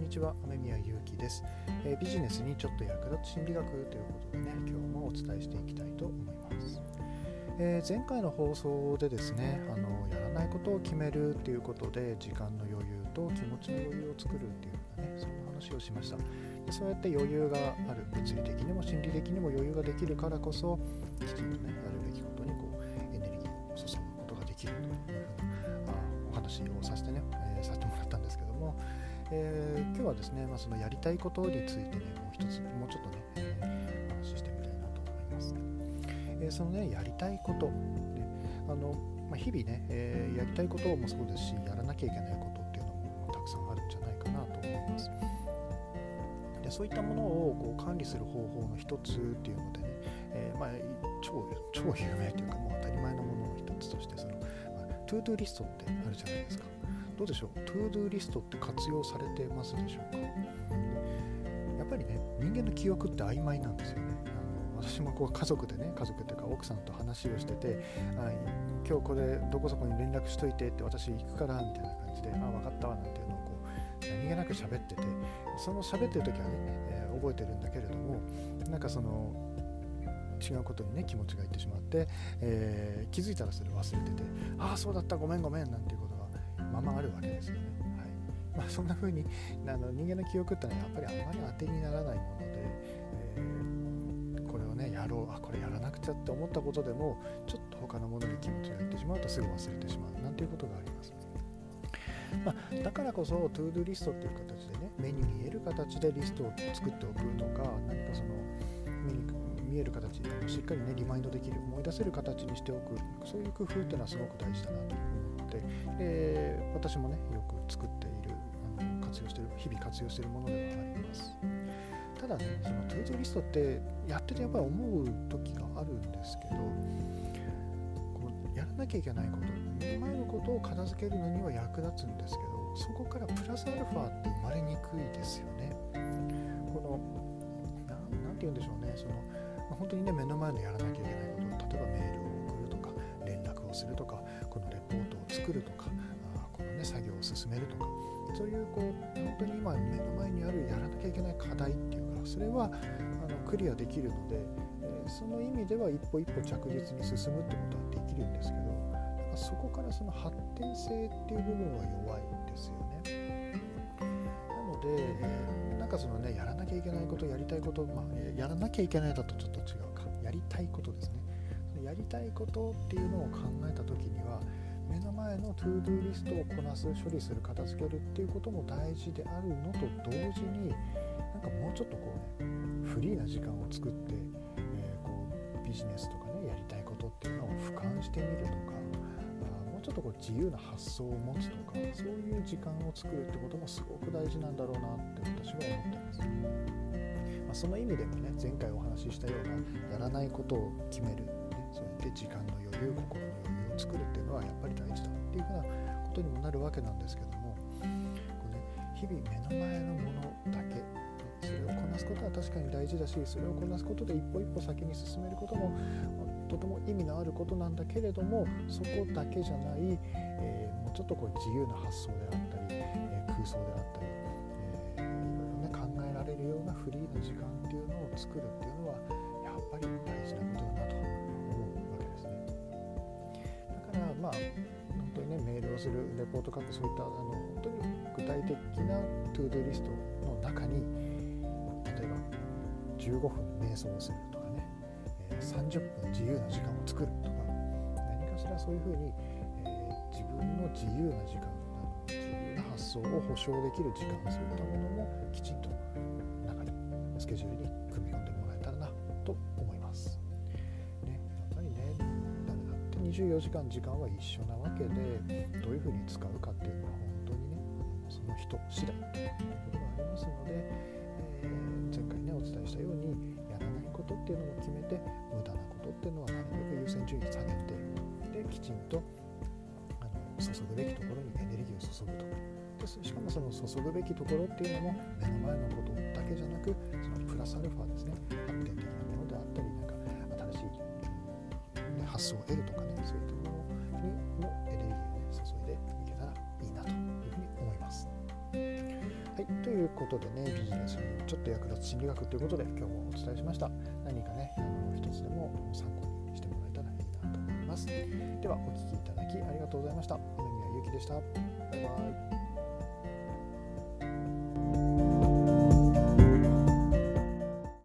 ちは、雨宮ゆうきです。ビジネスにちょっと役立つ心理学ということでね、今日もお伝えしていきたいと思います。前回の放送でですね、やらないことを決めるということで、時間の余裕と気持ちの余裕を作るっていうようなね、そんな話をしました。でそうやって余裕がある、物理的にも心理的にも余裕ができるからこそ、きちんとね、やるべきことにエネルギーを注ぐことができるというふうなお話をさせてもらったんですけども、今日はですね、そのやりたいことについてね、もうちょっとね、お話ししてみたいなと思います。そのね、やりたいこと、ね、日々ね、やりたいこともそうですし、やらなきゃいけないことっていうのもたくさんあるんじゃないかなと思います。でそういったものを管理する方法の一つっていうのでね、超有名というかもう当たり前のものの一つとして、そのトゥードゥリストってあるじゃないですか。どうでしょう、トゥードゥリストって活用されてますでしょうか。やっぱりね、人間の記憶って曖昧なんですよね。私も家族っていうか奥さんと話をしてて、今日これどこそこに連絡しといてって、私行くからみたいな感じで、分かったわなんていうのを何気なく喋ってて、その喋ってる時はね、覚えてるんだけれども、なんかその違うことにね気持ちがいってしまって、気づいたらそれ忘れてて、そうだった、ごめんなんていうことがままあるわけですよね。そんな風に人間の記憶ってのはやっぱりあんまり当てにならないもので、これをねやろう、これやらなくちゃって思ったことでも、ちょっと他のものに気持ちがいってしまうとすぐ忘れてしまうなんていうことがあります。だからこそトゥードゥリストっていう形でね、目に見える形でリストを作っておくとか、何かその目に見える形でしっかりねリマインドできる、思い出せる形にしておく、そういう工夫っていうのはすごく大事だなと思って、私もねよく作っている、日々活用しているものではあります。ただね、そのトゥードゥリストってやっててやっぱり思う時があるんですけど、やらなきゃいけないこと、目の前のことを片付けるのには役立つんですけど、そこからプラスアルファって生まれにくいですよね。なんて言うんでしょうね、本当にね、目の前のやらなきゃいけないこと、例えばメールを送るとか、連絡をするとか、このレポートを作るとか、このね作業を進めるとか、そういう本当に今目の前にあるやらなきゃいけない課題っていうか、それはクリアできるので、その意味では一歩一歩着実に進むってことはできるんですけど、そこからその発展性っていう部分は弱いんですよね。なので、なんかそのね、やらなきゃいけないこと、やりたいこと、やらなきゃいけないだとちょっと違うか、やりたいことですね。やりたいことっていうのを考えたときには、目の前のトゥードゥリストをこなす、処理する、片付けるっていうことも大事であるのと同時に、なんかもうちょっとフリーな時間を作って、ビジネスとかね、やりたいことっていうのを俯瞰してみるとか、もうちょっと自由な発想を持つとか、そういう時間を作るってこともすごく大事なんだろうなって私は思ってます。その意味でもね、前回お話ししたようなやらないことを決める、そうやって時間の余裕、心の余裕を作るっていうのはやっぱり大事だっていうふうなことにもなるわけなんですけども、日々目の前のものだけ、それをこなすことは確かに大事だし、それをこなすことで一歩一歩先に進めることもとても意味のあることなんだけれども、そこだけじゃない、もうちょっと自由な発想であったり、空想であったり、いろいろね考えられるようなフリーな時間っていうのを作るっていうのはやっぱり大事なことだなと思うわけですね。だから本当にね、メールをする、レポート書く、そういった本当に具体的なトゥードゥリストの中に、例えば15分瞑想をするとかね、30分自由な時間を作るとか、何かしらそういうふうに、自分の自由な時間、自由な発想を保証できる時間、そういったものもきちんと中にスケジュールに組み込んでもらえたらなと思います。やっぱりね、誰だって24時間時間は一緒なわけで、どういうふうに使うかっていうのは本当にね、その人次第ということがありますので、前回ねお伝えしたように、やらないことっていうのを決めて、無駄なことっていうのはなるべく優先順位下げて、できちんと注ぐべきところにエネルギーを注ぐと。でしかもその注ぐべきところっていうのも目の前のことだけじゃなく、そのプラスアルファですね、発展的なものであったり、なんか新しい、発想を得るとかね、そういったものにもエネルギーを注いでいけたらいいなというふうに思います。はい、ということでね、ビジネスにちょっと役立つ心理学ということで今日もお伝えしました。何かね一つでも参考にしてもらえたらいいなと思います。ではお聞きいただきありがとうございました。雨宮ゆうきでした。バイバイ。